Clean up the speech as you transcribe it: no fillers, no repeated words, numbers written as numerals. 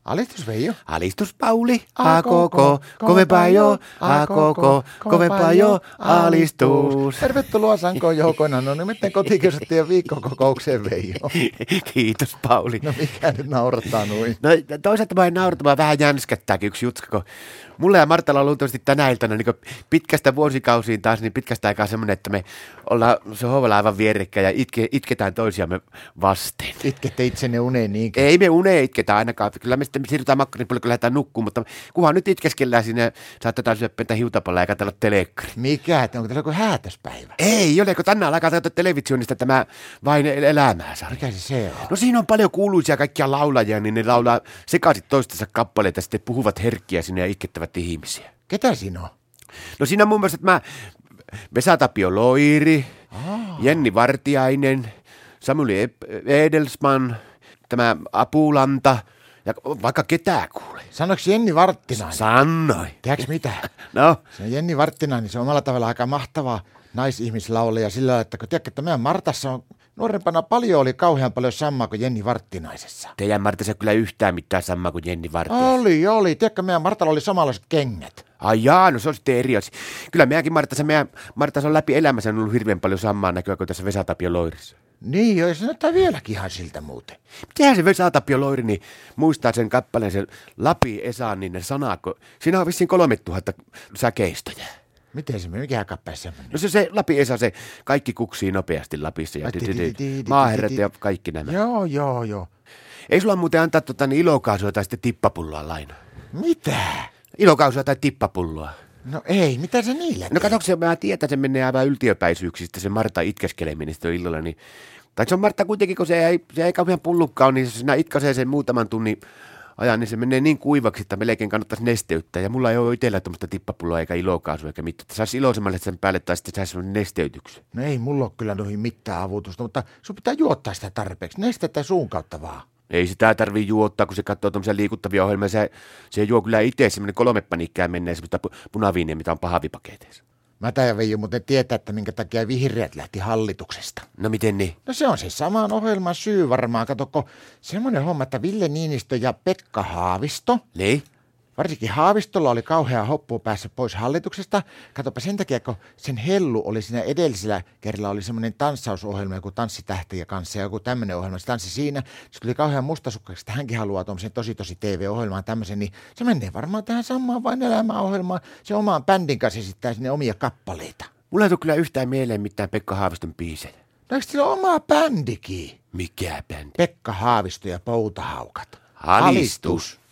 Alistus Veijo. Alistus Pauli, a koko, kovempaa jo, a koko, kovempaa jo, alistus. Tervetuloa Sankoon joukoina, no nimittäin kotikiusattujen viikkokokoukseen Veijo. Kiitos Pauli. No mikä nyt naurattaa noin? No toisaalta mä en naurattamaan vähän jänskättääkin yksi jutska, kun mulle ja Martalla on luultavasti tänä iltana niin pitkästä vuosikausiin taas niin pitkästä aikaa semmoinen, että me ollaan sohvalla aivan vierekkäin ja itketään toisiamme vasten. Itkette itsenne uneen niinkään? Ei me uneen itketä ainakaan. Kyllä me sitten siirrytään makkarin puolelle, kun lähdetään nukkuun, mutta kunhan nyt itkeskellään sinne, saatetaan syödä pientä hiutapallaa ja katsella telekkari. Mikä? Että onko tässä joku häätöspäivä? Ei ole, kun tänään alkaa katsoa televisionista tämä Vain elämää sarja. Mikä se on? No siinä on paljon kuuluisia kaikkia laulajia, niin ne laulaa sekaisin toistensa kappaleita ja sitten puhuvat herkkiä sinne ja itkettävät ihmisiä. Ketä siinä on? No siinä on muun muassa, että Vesa-Tapio Loiri, Jenni Vartiainen, Samuli Edelsman, tämä Apulanta ja vaikka ketään kuule. Sanoiko Jenni Varttinainen? Sanoi. Tiedätkö mitä? No. Se Jenni Varttinainen, se on omalla tavalla aika mahtava naisihmislaulaja sillä lailla, että kun tiedätkö, että meidän Martassa on nuorempana paljon, oli kauhean paljon samaa kuin Jenni Varttinaisessa. Teidän Martassa kyllä yhtään mitään samaa kuin Jenni Vartiaisessa. Oli. Tiedätkö, meidän Martalla oli samanlaiset kengät. Ai jaa, no se on sitten eri asia. Kyllä meidän Martassa on läpi elämänsä ollut hirveän paljon samaa näköä kuin tässä Vesa-Tapio Loirissa. Niin joo, se näyttää vieläkin ihan siltä muuten. Mitenhän se Vesa-Tapio Loiri niin muistaa sen kappaleen, sen Lapi Esan, niin ne sanat, kun siinä on vissiin 3000 säkeistöjä. Miten se, mikä kappale semmoinen? No se Lapi Esa, se kaikki kuksii nopeasti Lapissa ja maaherrat ja kaikki nämä. Joo. Ei sulla muuten antaa ilokaasua tai sitten tippapulloa laina? Mitä? Ilokaasua tai tippapulloa? No ei, mitä se niillä? No katsoksi, mä tiedän, että se menee aivan yltiöpäisyyksistä, se Marta itkeskeleminen sitten illalla, niin tai se on Martta kuitenkin, kun se ei kauhean pullukkaan, niin jos sinä itkasee sen muutaman tunnin ajan, niin se menee niin kuivaksi, että melkein kannattaisi nesteyttää. Ja mulla ei ole itsellä tuommoista tippapulloa eikä ilokaasua eikä mitään. Saisi iloisemmalle sen päälle tai sitten saisi sellainen nesteytyksi. No ei mulla ole kyllä noihin mitään avutusta, mutta sun pitää juottaa sitä tarpeeksi. Nestettä suun kautta vaan. Ei sitä tarvii juottaa, kun se katsoo tuommoisia liikuttavia ohjelmia. Se juo kyllä itse semmoinen 3 paniikkaa menee semmoista punaviiniä, mitä on pahavipakeiteissa. Mä ja Veijo muuten tietää, että minkä takia vihreät lähti hallituksesta. No miten niin? No se on siis saman ohjelman syy varmaan. Katsokko, semmoinen homma, että Ville Niinistö ja Pekka Haavisto. Niin? Varsinkin Haavistolla oli kauhea hoppu päässä pois hallituksesta. Katsopa sen takia, kun sen Hellu oli siinä edellisellä kerralla oli semmoinen tanssausohjelma, joku Tanssitähtiä kanssa ja joku tämmöinen ohjelma. Se tanssi siinä. Se tuli kauhean mustasukkaksi, että hänkin haluaa tuommoisen tosi TV-ohjelmaan tämmöisen. Niin se menee varmaan tähän samaan Vain elämää-ohjelmaan. Se omaan bändin kanssa esittää sinne omia kappaleita. Mulla ei tule kyllä yhtään mieleen mitään Pekka Haaviston biisejä. No eikö sillä ole oma bändikin? Mikä bändi? Pekka Haavisto ja Poutahaukat. Alistus.